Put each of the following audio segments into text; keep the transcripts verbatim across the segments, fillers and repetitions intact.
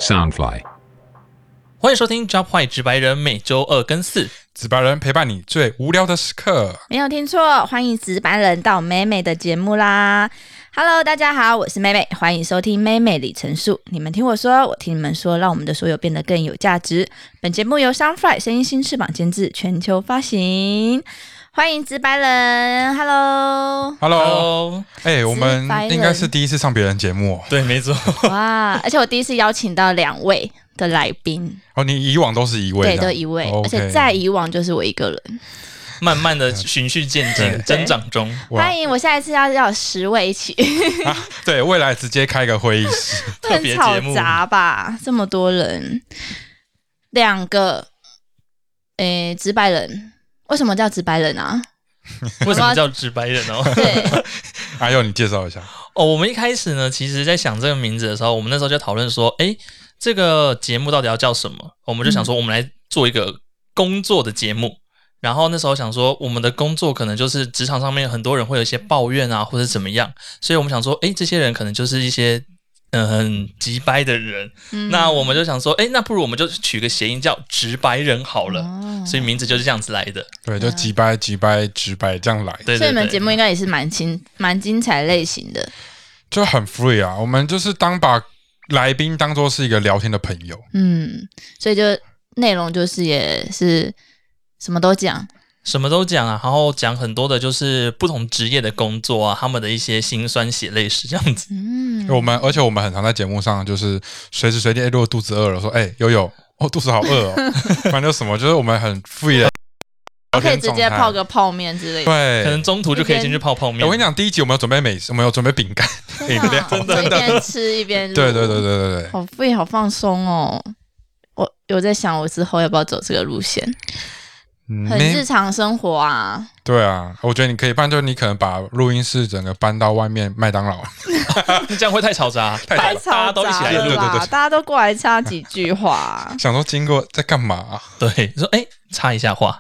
Soundfly。 欢迎收听 Job 坏直白人，每周二跟四， 直白人陪伴你最无聊的时刻。 没有听错，欢迎直白人到美美的节目啦。Hello， 大家好，我是美美，欢迎收听美美里程数。你们听我说，我听你们说，让我们的所有变得更有价值。本节目由 Soundfly 声音新翅膀监制，全球发行。欢迎直白人 ，Hello，Hello， Hello， 哎、欸，我们应该是第一次上别人节目、哦， 对，没错。 哇，而且我第一次邀请到两位的来宾。 哦，你以往都是一位， 对，都一位， 哦 okay、 而且再以往就是我一个人。 慢慢的循序渐进，增长中。 欢迎，我下一次要要有十位一起。 啊、对，未来直接开个会议室， 特别节目。 很吵杂吧？这么多人，两个，诶，直白人。为什么叫直白人啊？ 为什么叫直白人哦？ 对， 阿佑，你介绍一下。 哦，我们一开始呢，其实在想这个名字的时候，我们那时候就讨论说，哎，这个节目到底要叫什么？我们就想说，我们来做一个工作的节目。嗯、然后那时候想说，我们的工作可能就是职场上面很多人会有一些抱怨啊，或者怎么样，所以我们想说，哎，这些人可能就是一些。嗯，很直白的人、嗯，那我们就想说，哎，那不如我们就取个谐音叫直白人好了、哦，所以名字就是这样子来的。 对，就直白、直白、直白这样来的。 对对对， 所以你们节目应该也是蛮精、蛮精彩类型的， 就很 free 啊。我们就是当把来宾当作是一个聊天的朋友， 嗯，所以就内容就是也是什么都讲。 什么都讲啊，然后讲很多的就是不同职业的工作啊，他们的一些辛酸血泪史这样子。 嗯， 我们而且我们很常在节目上就是随时随地，哎，如果肚子饿了，说，哎，悠悠，哦，肚子好饿哦，反正就什么，就是我们很 free 的。 我可以直接泡个泡面之类的， 对， 可能中途就可以先去泡泡面。 我跟你讲，第一集我们有准备美食，我们有准备饼干、饮料， 真的，一边吃一边录。 对对对对对对， 好 free 好放松哦。我有在想，我之后要不要走这个路线？很日常生活啊， 对啊，我觉得你可以，不然就是你可能把录音室整个搬到外面麦当劳， 这样会太吵杂， 太吵杂了，大家都一起来录，对对对，大家都过来插几句话， 想说经过在干嘛、啊？ 对，说哎，插一下话，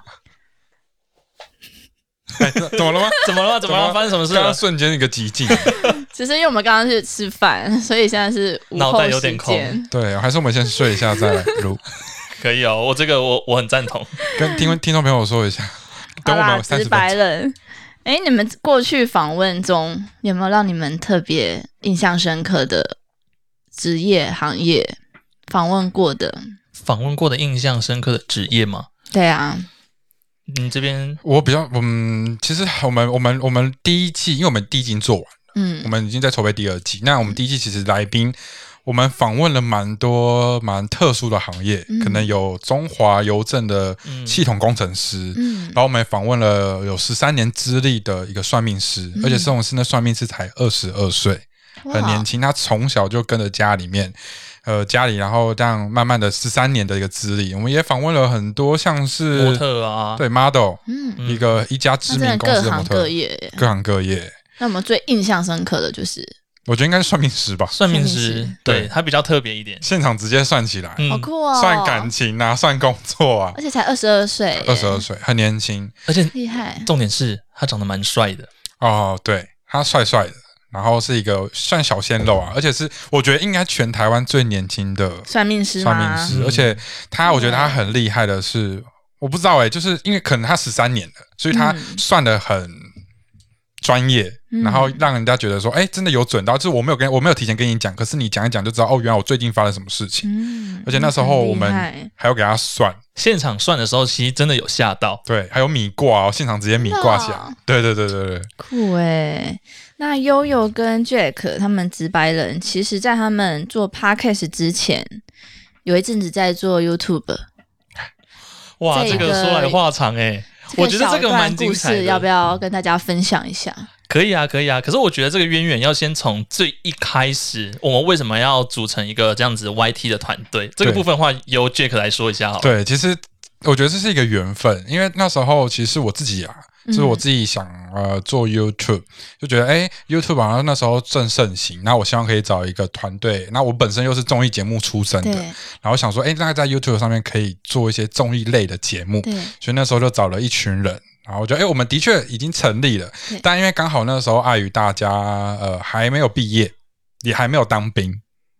哎，怎么了吗？ 怎么了吗？怎么了？发生什么事了？ 刚刚瞬间一个寂静。 只是因为我们刚刚去吃饭，所以现在是午后时间，脑袋有点空。 对，还是我们先睡一下再来录。 可以哦，我这个我我很赞同。 跟听听众朋友说一下，等我们三十分钟。 直白人，哎，你们过去访问中有没有让你们特别印象深刻的职业行业访问过的？ 访问过的印象深刻的职业吗？ 对啊， 你这边我比较嗯，其实我们我们我们第一季，因为我们第一季已经做完了， 嗯， 我们已经在筹备第二季。那我们第一季其实来宾。我们访问了蛮多蛮特殊的行业、嗯，可能有中华邮政的系统工程师，嗯、然后我们也访问了有十三年资历的一个算命师，嗯、而且这种是那算命师才二十二岁，很年轻，他从小就跟着家里面，呃，家里然后这样慢慢的十三年的一个资历，我们也访问了很多像是模特啊， 对 model， 嗯， 一个一家知名公司的模特， 各行各业， 各行各业。 那我们最印象深刻的就是。 我觉得应该是算命师吧， 算命师，对，他比较特别一点， 现场直接算起来， 嗯、好酷哦， 算感情啊，算工作啊， 而且才二十二岁， 二十二岁，很年轻， 而且厉害。 重点是他长得蛮帅的哦，对，他帅帅的，然后是一个算小鲜肉啊，而且是我觉得应该全台湾最年轻的算命师， 算命师，而且他，我觉得他很厉害的是，我不知道哎、欸，就是因为可能他十三年了，所以他算得很。专业，然后让人家觉得说，哎、欸，真的有准到，就是我没有跟我没有提前跟你讲，可是你讲一讲就知道，哦，原来我最近发生什么事情。嗯，而且那时候我们还要给他算， 现场算的时候，其实真的有吓到。 对，还有米卦哦，现场直接米卦起来。对对对对对， 酷哎！那悠悠跟 Jack 他们直白人，其实在他们做 Podcast 之前，有一阵子在做 YouTube。 哇，这个说来话长哎、欸。我觉得这个蛮精彩的， 要不要跟大家分享一下？ 可以啊，可以啊。可是我觉得这个渊源要先从最一开始，我们为什么要组成一个这样子 Y T 的团队？这个部分的话，由 Jack 来说一下好了。 对，其实我觉得这是一个缘分，因为那时候其实我自己啊。就是我自己想呃做 YouTube， 就觉得哎 YouTube 好像那时候正盛行，那我希望可以找一个团队，那我本身又是综艺节目出身的，然后想说哎，那在 YouTube 上面可以做一些综艺类的节目，所以那时候就找了一群人，然后我觉得哎，我们的确已经成立了，但因为刚好那时候碍于大家呃还没有毕业，也还没有当兵。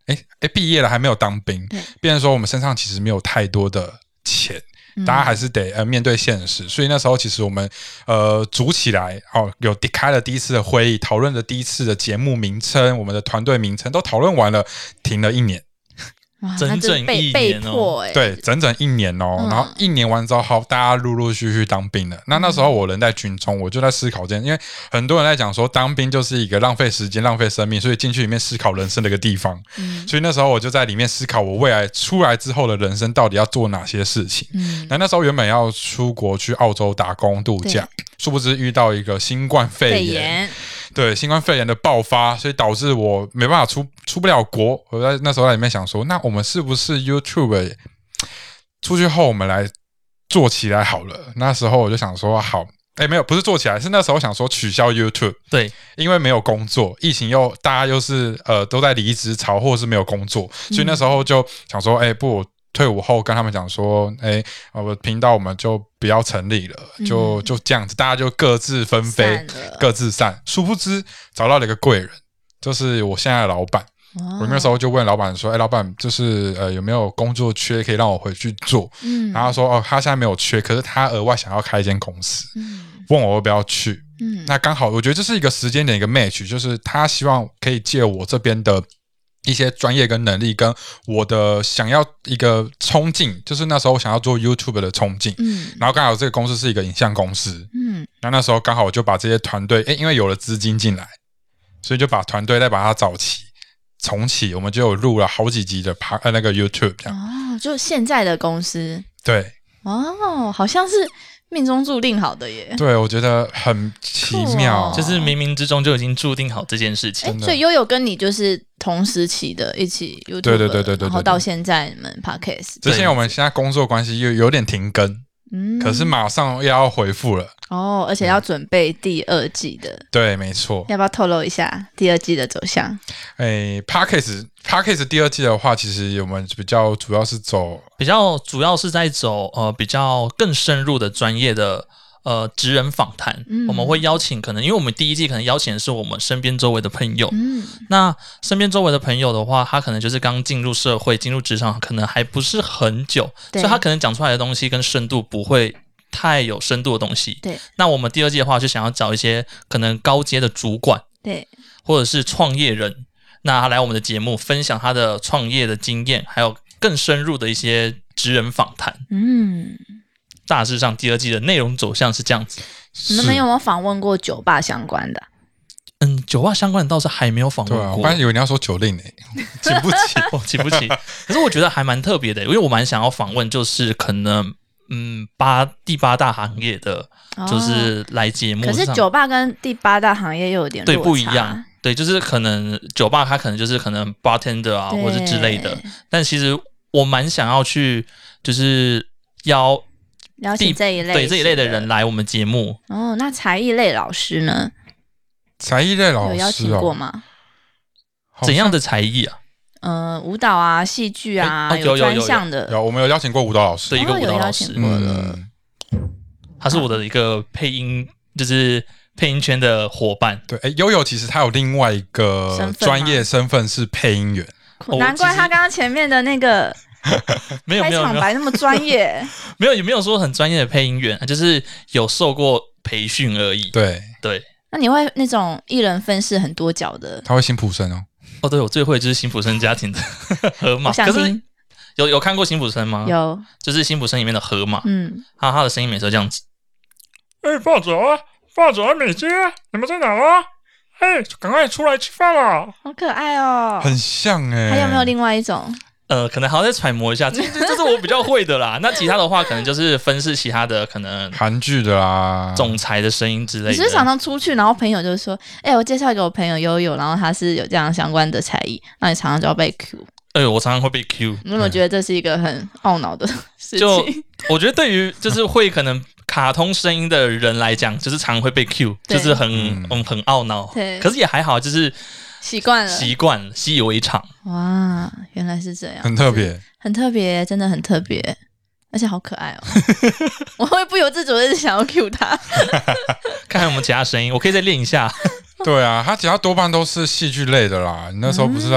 哎哎毕业了还没有当兵，变成说我们身上其实没有太多的钱。大家还是得呃面对现实，所以那时候其实我们呃组起来哦，有开了第一次的会议，讨论了第一次的节目名称，我们的团队名称都讨论完了，停了一年。 整整一年哦， 欸、 对，整整一年哦、嗯。然后一年完之后，好，大家陆陆续续当兵了。那那时候我人在军中，我就在思考这件，因为很多人在讲说，当兵就是一个浪费时间、浪费生命，所以进去里面思考人生的一个地方。嗯、所以那时候我就在里面思考，我未来出来之后的人生到底要做哪些事情。嗯、那那时候原本要出国去澳洲打工度假，殊不知遇到一个新冠肺炎。肺炎对新冠肺炎的爆发，所以导致我没办法出出不了国。我在那时候在里面想说，那我们是不是 YouTube 出去后我们来做起来好了？那时候我就想说，好，哎，没有，不是做起来，是那时候想说取消 YouTube。 对， 因为没有工作，疫情又大家又是呃都在离职潮，或者是没有工作，所以那时候就想说，哎，不。退伍后跟他们讲说，哎，我频道我们就不要成立了，嗯、就就这样子，大家就各自纷飞，各自散。殊不知找到了一个贵人，就是我现在的老板。哦、我那时候就问老板说，哎，老板，就是呃有没有工作缺可以让我回去做？嗯、然后他说，哦，他现在没有缺，可是他额外想要开一间公司，嗯、问我要不要去。嗯、那刚好我觉得这是一个时间点一个 match， 就是他希望可以借我这边的一些专业跟能力，跟我的想要一个冲劲，就是那时候我想要做 YouTube 的冲劲，嗯，然后刚好这个公司是一个影像公司，嗯，那那时候刚好我就把这些团队，诶，因为有了资金进来，所以就把团队再把它找齐、重启，我们就有录了好几集的呃那个 YouTube 这样。 哦，就现在的公司， 对， 哦，好像是命中注定好的耶。 对，我觉得很奇妙， 哦、就是冥冥之中就已经注定好这件事情。 所以悠悠跟你就是同时期的，一起 YouTube， 对对对对对， 然后到现在你们 Podcast， 之前我们现在工作关系又有点停更，嗯，可是马上又要回复了哦，而且要准备第二季的， 嗯、对，没错。 要不要透露一下第二季的走向？ 诶 ，Podcast Podcast 第二季的话，其实我们比较主要是走， 比较主要是在走呃比较更深入的专业的。呃，职人访谈，嗯、我们会邀请可能，因为我们第一季可能邀请的是我们身边周围的朋友，嗯、那身边周围的朋友的话，他可能就是刚进入社会、进入职场，可能还不是很久，所以他可能讲出来的东西跟深度不会太有深度的东西。 对， 那我们第二季的话，就想要找一些可能高阶的主管， 对， 或者是创业人，那他来我们的节目分享他的创业的经验，还有更深入的一些职人访谈。嗯。大致上第二季的内容走向是这样子。 你们有没有访问过酒吧相关的？ 嗯，酒吧相关的倒是还没有访问过。对啊， 我刚才以为你要说酒令呢， 起不起，我起不起。可是我觉得还蛮特别的，因为我蛮想要访问，就是可能嗯八第八大行业的，就是来节目上。 可是酒吧跟第八大行业又有点落差， 对不一样。对，就是可能酒吧它可能就是可能 bartender 啊，或者之类的。但其实我蛮想要去，就是邀。 邀请这一类对这一类的人来我们节目哦。那才艺类老师呢？ 才艺类老师、哦、 有邀请过吗？ 怎样的才艺啊？ 呃，舞蹈啊，戏剧啊， 哦、有专项的。 有, 有, 有, 有，我们有邀请过舞蹈老师， 对、哦、一个舞蹈老师， 嗯， 他是我的一个配音，就是配音圈的伙伴。 对，哎，悠悠其实他有另外一个专业身份是配音员， 哦、难怪他刚刚前面的那个。 没有没有开场白那么专业， 没有也没有说很专业的配音员，就是有受过培训而已。 对对， 那你会那种一人分饰很多角的？ 他会辛普森哦。 哦，对，我最会就是辛普森家庭的河马。可是有有看过辛普森吗？ 有， 就是辛普森里面的河马。嗯，他他的声音每次都这样子。哎、欸，爸จ๋，爸จ๋，美姐，你们在哪啊？哎、欸，赶快出来吃饭啦！ 好可爱哦， 很像哎、欸。 还有没有另外一种？ 呃，可能还要再揣摩一下，这这是我比较会的啦。那其他的话，可能就是分饰其他的，可能韩剧的啦， 总裁的声音之类的。 你是不是常常出去，然后朋友就说：“哎、欸，我介绍给我朋友悠悠，然后他是有这样相关的才艺。”那你常常就要被 Q。 哎、欸，我常常会被 Q。 你有没有觉得这是一个很懊恼的事情？ 就我觉得对于就是会可能卡通声音的人来讲，就是常会被 Q， 就是很嗯很懊恼。对，可是也还好，就是。 习惯了， 习惯了，习以为常。 哇，原来是这样， 很特别， 很特别，真的很特别，而且好可爱哦！我会不由自主的想要 cue 他， 看看有没有其他声音，我可以再练一下。 对啊，他其他多半都是戏剧类的啦。你那时候不是在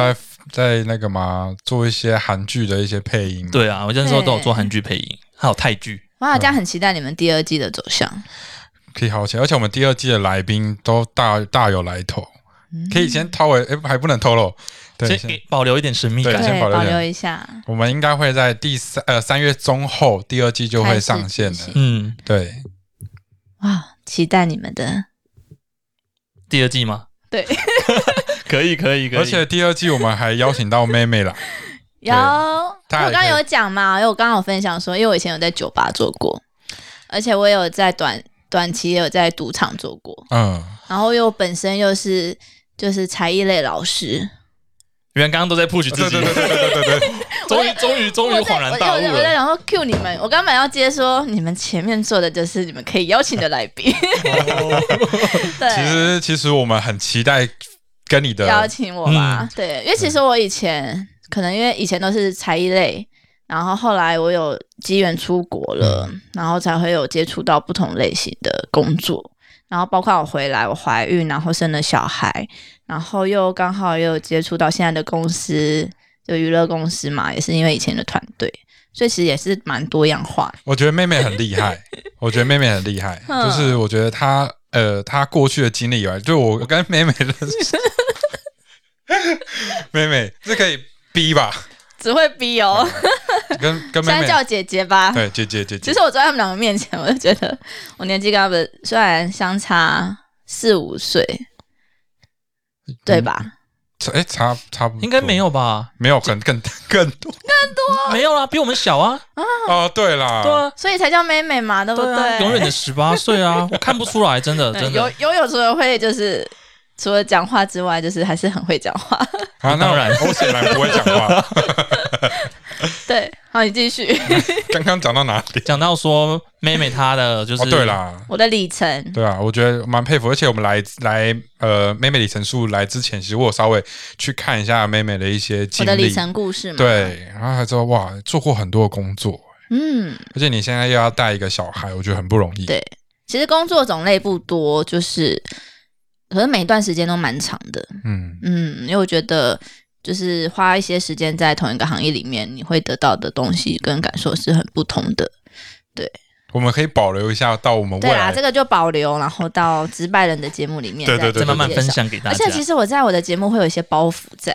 在那个嘛做一些韩剧的一些配音。 对啊，我那时候都有做韩剧配音，还有泰剧。 哇，这样很期待你们第二季的走向。 可以好奇，而且我们第二季的来宾都大大有来头，嗯、可以先稍微哎还不能透露，对， 先给保留一点神秘感， 对，先保留, 保留一下。 我们应该会在第三呃三月中后第二季就会上线了。嗯，对。 哇，期待你们的第二季吗？ 对， 可以可以可以。 而且第二季我们还邀请到妹妹来。 有，我刚刚有讲嘛，因为我刚刚有分享说，因为我以前有在酒吧做过，而且我有在短短期也有在赌场做过，嗯，然后又本身又是就是才艺类老师。 原来刚刚都在 push 自己，对对对对对对对，终于终于终于恍然大悟了。 我在想说 cue 你们，我刚本来要接说你们前面做的就是你们可以邀请的来宾。 对，其实其实我们很期待跟你的邀请我吧，嗯、对，因为其实我以前可能因为以前都是才艺类，然后后来我有机缘出国了，嗯、然后才会有接触到不同类型的工作。然后包括我回来，我怀孕，然后生了小孩，然后又刚好又有接触到现在的公司，就娱乐公司嘛，也是因为以前的团队，所以其实也是蛮多样化。 我觉得妹妹很厉害，我觉得妹妹很厉害，就是我觉得她呃，她过去的经历以外，就我我跟妹妹认识，妹妹这可以逼吧？ 只会逼哦， 跟跟妹妹现在叫姐姐吧， 对，姐姐姐姐。 其实我坐在他们两个面前，我就觉得我年纪跟他们虽然相差四五岁，对吧？ 哎、嗯，差差不多， 应该没有吧？ 没有，更更更多， 更多， 没有啦，比我们小啊。 哦，对啦， 对啊， 所以才叫妹妹嘛，对不对？ 对啊、永远的十八岁啊，我看不出来，真的真的。 有有有除了会就是除了讲话之外，就是还是很会讲话。 啊，当然，我显然不会讲话。 对，好，你继续。 刚刚讲到哪里？ 讲到说妹妹她的就是、 哦、对啦， 我的里程。 对啊，我觉得蛮佩服，而且我们来来呃妹妹里程数来之前，其实我有稍微去看一下妹妹的一些经历， 我的里程故事嘛。 对，然后才知道哇，做过很多的工作。嗯，而且你现在又要带一个小孩，我觉得很不容易。 对，其实工作种类不多，就是可是每一段时间都蛮长的。嗯嗯，因为我觉得。就是花一些时间在同一个行业里面，你会得到的东西跟感受是很不同的。对， 我们可以保留一下到我们未来。 对啦，这个就保留，然后到直白人的节目里面再， 对对对， 再慢慢分享给大家。 而且其实我在我的节目会有一些包袱在。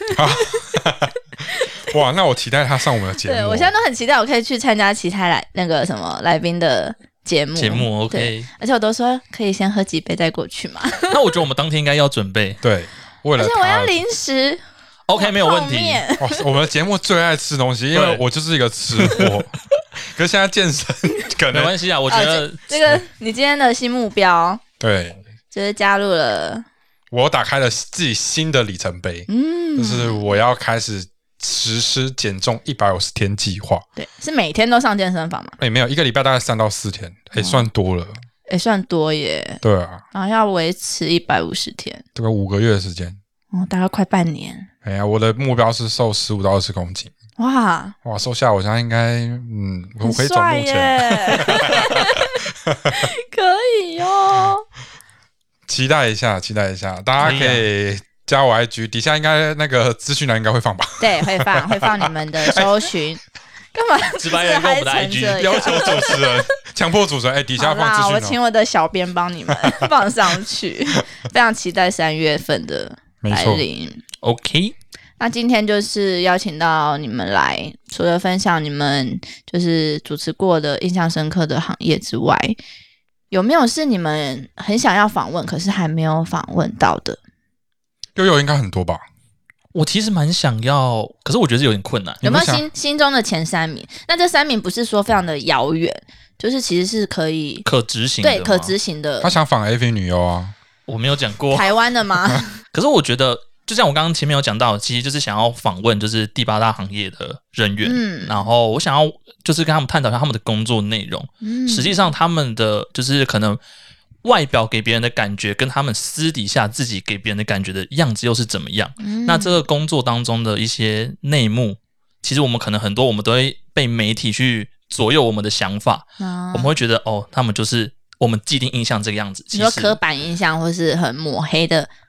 哇，那我期待他上我们的节目。 对，我现在都很期待，我可以去参加其他来那个什么来宾的节目。 节目 OK， 而且我都说可以先喝几杯再过去嘛。 那我觉得我们当天应该要准备。 对，为了而且我要零食。 OK， 没有问题。 哇，我们的节目最爱吃东西，因为我就是一个吃货。可是现在健身可能没关系啊，我觉得、 啊、这, 这个你今天的新目标， 对， 就是加入了， 我打开了自己新的里程碑，嗯，就是我要开始实施减重一百五十天计划。 对，是每天都上健身房吗？ 哎、欸，没有，一个礼拜大概三到四天，哎、欸，算多了， 哎、欸，算多耶。 对啊， 然后要维持一百五十天， 大概五个月的时间， 哦，大概快半年。 哎呀，我的目标是瘦十五到二十公斤。 哇哇，瘦下我现在应该嗯，我可以走目前， 可以哦。 期待一下，期待一下，大家可以加我 I G， 底下应该那个资讯栏应该会放吧？ 对，会放，会放你们的搜寻。干嘛？ 直白人跟我们的 I G 要求主持人，强迫主持人，哎、欸，底下放资讯、哦。 我请我的小编帮你们放上去，非常期待三月份的。来临 ，OK。 那今天就是邀请到你们来，除了分享你们就是主持过的印象深刻的行业之外，有没有是你们很想要访问，可是还没有访问到的？ 悠悠应该很多吧？ 我其实蛮想要，可是我觉得有点困难。 有没有心心中的前三名？那这三名不是说非常的遥远，就是其实是可以可执行的， 对，可执行的。 他想访 A V 女优啊。 我没有讲过台湾的吗？ 可是我觉得，就像我刚刚前面有讲到，其实就是想要访问就是第八大行业的人员，嗯，然后我想要就是跟他们探讨一下他们的工作内容，嗯，实际上他们的就是可能外表给别人的感觉，跟他们私底下自己给别人的感觉的样子又是怎么样？嗯，那这个工作当中的一些内幕，其实我们可能很多我们都会被媒体去左右我们的想法，哦，我们会觉得哦，他们就是。我们既定印象这个样子， 你说刻板印象或是很抹黑的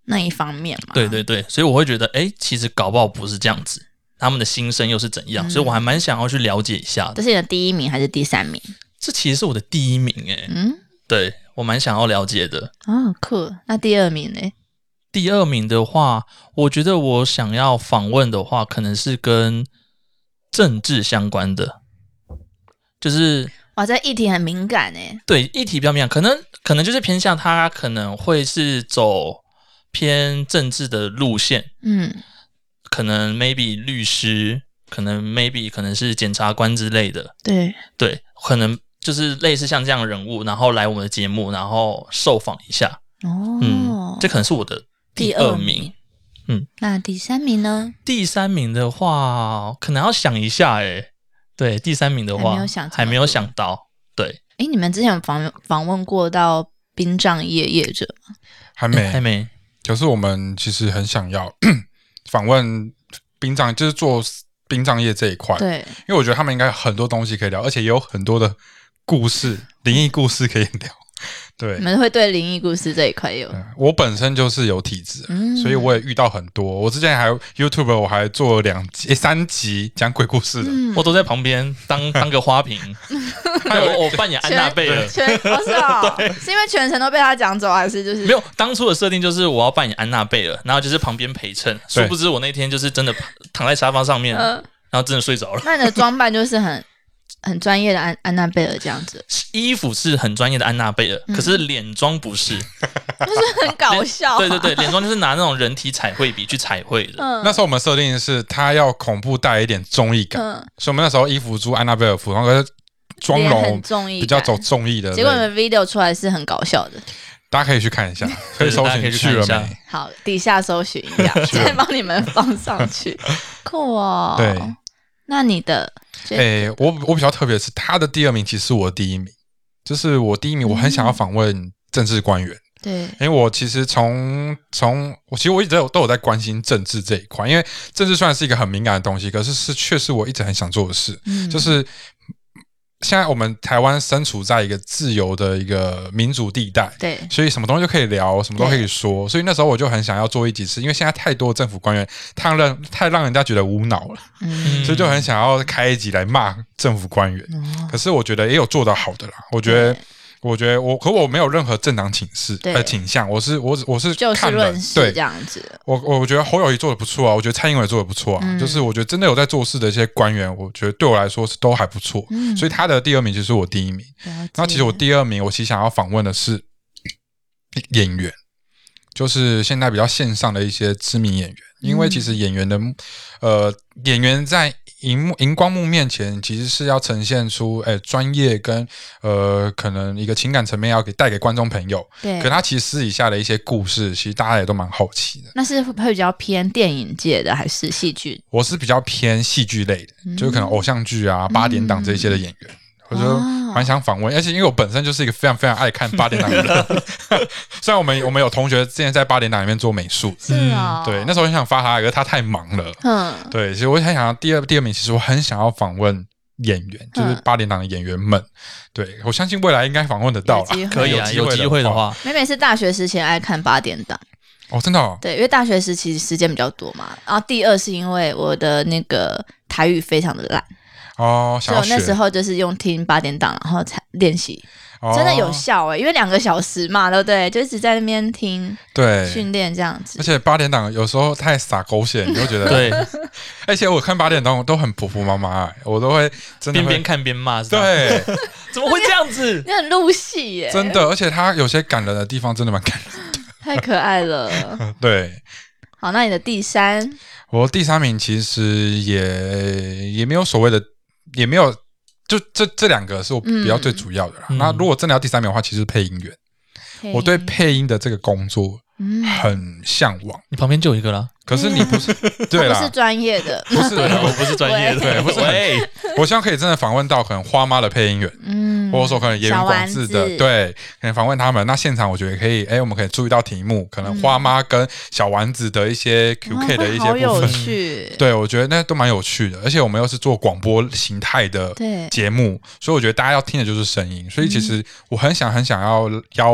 那一方面嘛。 对对对，所以我会觉得，哎，其实搞不好不是这样子，他们的心声又是怎样，嗯、所以我还蛮想要去了解一下的。 这是你的第一名还是第三名？ 这其实是我的第一名哎，嗯，对我蛮想要了解的。 哦，酷。那第二名呢？ 第二名的话，我觉得我想要访问的话，可能是跟政治相关的，就是哇，这议题很敏感哎。 对，议题比较敏感，可能可能就是偏向他可能会是走偏政治的路线，嗯，可能 maybe 律师，可能 maybe 可能是检察官之类的， 对对，可能就是类似像这样的人物，然后来我们的节目，然后受访一下。哦，嗯，这可能是我的第二名。第二名嗯， 那第三名呢？ 第三名的话，可能要想一下诶。对，第三名的话，还没有想，还没有想到。对， 哎，你们之前有访访问过到殡葬业业者吗？ 还没， 还没。 可是我们其实很想要访问殡葬，就是做殡葬业这一块。 对， 因为我觉得他们应该有很多东西可以聊，而且也有很多的故事、灵异故事可以聊。对， 你们会对灵异故事这一块有？ 我本身就是有体质，嗯、所以我也遇到很多。我之前还 YouTube 我还做了两集、三集讲鬼故事的， 嗯、我都在旁边当当个花瓶。还有我扮演安娜贝尔， 全哦是哦，是因为全程都被他讲走，还是就是没有？当初的设定就是我要扮演安娜贝尔，然后就是旁边陪衬。殊不知我那天就是真的躺在沙发上面，呃、然后真的睡着了。 那你的装扮就是很。很专业的安安娜贝尔这样子， 衣服是很专业的安娜贝尔，嗯、可是脸妆不是， 就是很搞笑、啊。 对对对，脸妆就是拿那种人体彩绘笔去彩绘的。 嗯、那时候我们设定的是他要恐怖带一点综艺感，嗯、所以我们那时候衣服租安娜贝尔服，然后妆容比较走综艺的。 结果你们 video 出来是很搞笑的。 大家可以去看一下，可以搜寻去了没？ 好，底下搜寻一下，再帮你们放上去。酷哦。 对， 那你的。 诶、欸，我我比较特别的是，他的第二名其实是我的第一名，就是我第一名，我很想要访问政治官员。 对， 因为我其实从从我其实我一直都有都有在关心政治这一块，因为政治虽然是一个很敏感的东西，可是是却是我一直很想做的事，嗯、就是现在我们台湾身处在一个自由的一个民主地带， 对， 所以什么东西都可以聊，什么都可以说，所以那时候我就很想要做一集事，因为现在太多政府官员太让太让人家觉得无脑了，嗯，所以就很想要开一集来骂政府官员。嗯、可是我觉得也有做得好的啦，我觉得。我觉得我，可我没有任何政党倾势呃倾向，我是我我是看了， 对这样子。 我我觉得侯友宜做的不错啊，我觉得蔡英文也做的不错啊，嗯、就是我觉得真的有在做事的一些官员，我觉得对我来说是都还不错，嗯、所以他的第二名就是我第一名。那其实我第二名，我其实想要访问的是演员，就是现在比较线上的一些知名演员，因为其实演员的呃演员在。荧幕荧光幕面前，其实是要呈现出诶专业跟呃可能一个情感层面要给带给观众朋友。 对。 可他其实私底下的一些故事，其实大家也都蛮好奇的。 那是会比较偏电影界的还是戏剧？ 我是比较偏戏剧类的，嗯、就是可能偶像剧啊、八点档这一些的演员。嗯我就蛮想访问，而且因为我本身就是一个非常非常爱看八点档的人，虽然我们我们有同学之前在八点档里面做美术， 是啊、哦， 对，那时候很想发他，可是他太忙了，嗯，对，其实我很想要第二第二名，其实我很想要访问演员，就是八点档的演员们，对我相信未来应该访问得到啦， 可以啊，有机会的话， 美美是大学时期爱看八点档。 哦，真的哦？ 对，因为大学时期时间比较多嘛，然后第二是因为我的那个台语非常的烂。 哦，想要学。 所以我那时候就是用听八点档，然后才练习，哦、真的有效哎、欸，因为两个小时嘛，对不对？就一直在那边听， 对， 训练这样子。 而且八点档有时候太撒狗血，你就觉得对。 而且我看八点档都很婆婆妈妈、欸，我都会真的边边看边骂， 对， 怎么会这样子？ 你很入戏耶、欸， 真的。而且他有些感人的地方真的蛮感人的， 太可爱了。 对。 好，那你的第三， 我第三名其实也也没有所谓的。也没有，就这这两个是我比较最主要的啦。嗯、那如果真的要第三名的话，其实是配音员。配音我对配音的这个工作很向往。 嗯、你旁边就有一个啦， 可是你不是，对啦， 不是专业的， 不是， 我不是专业的， 对，不是很。我希望可以真的访问到可能花妈的配音员，嗯，或者说可能演员广志的，对，可能访问他们。那现场我觉得可以，哎，我们可以注意到题目，可能花妈跟小丸子的一些 Q K 的一些部分， 好有趣。 对，我觉得那都蛮有趣的，而且我们又是做广播形态的节目，所以我觉得大家要听的就是声音。所以其实我很想很想要邀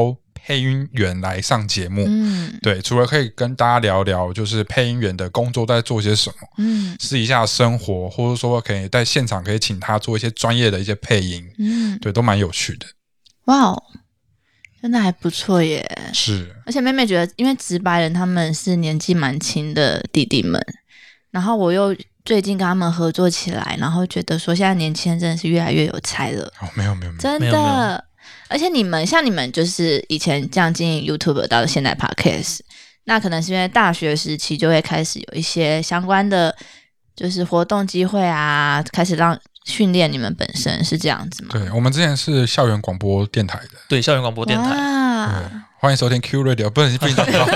配音员来上节目。 嗯， 对，除了可以跟大家聊聊就是配音员的工作在做些什么， 嗯， 试一下生活，或者说可以在现场可以请他做一些专业的一些配音， 嗯， 对，都蛮有趣的。 哇哦，真的还不错耶。 是， 而且妹妹觉得，因为直白人他们是年纪蛮轻的弟弟们，然后我又最近跟他们合作起来，然后觉得说现在年轻人真的是越来越有才了。 哦，没有没有没有， 真没有没有的。而且你们像你们就是以前这样经营 YouTube 到现在 Podcast， 那可能是因为大学时期就会开始有一些相关的就是活动机会啊，开始让训练你们本身，是这样子吗？ 对，我们之前是校园广播电台的， 对，校园广播电台。 哇， 欢迎收听 Q Radio， 不能不能讲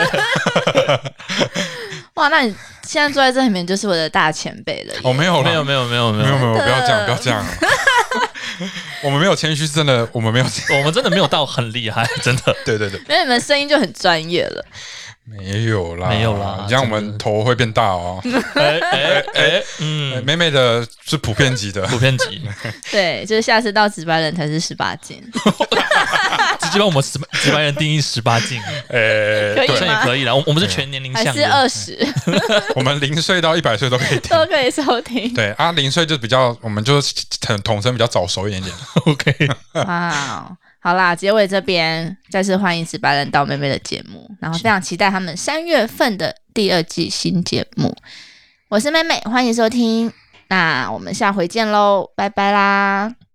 哇，那你现在坐在这里面就是我的大前辈了耶。 哦，没有啦没有没有没有没有没有没有，不要这样不要这样，我们没有谦虚，真的我们没有， 我们真的没有到很厉害，真的。 对对对， 因为你们声音就很专业了。 没有啦， 没有啦这样我们头会变大哦。 哎哎哎，嗯， 美美的是普遍级的， 普遍级， 对，就是下次到直白人才是十八禁。 直接帮我们直直白人定义十八禁， 呃， 可以好像吗也可以啦。我我们是全年龄还是向的， 二十我们零岁到一百岁都可以听。 都可以收听。 对啊，零岁就比较，我们就统统称比较早熟一点点。 OK。 哇，好啦，结尾这边再次欢迎直白人到妹妹的节目，然后非常期待他们三月份的第二季新节目。我是妹妹，欢迎收听，那我们下回见喽，拜拜啦。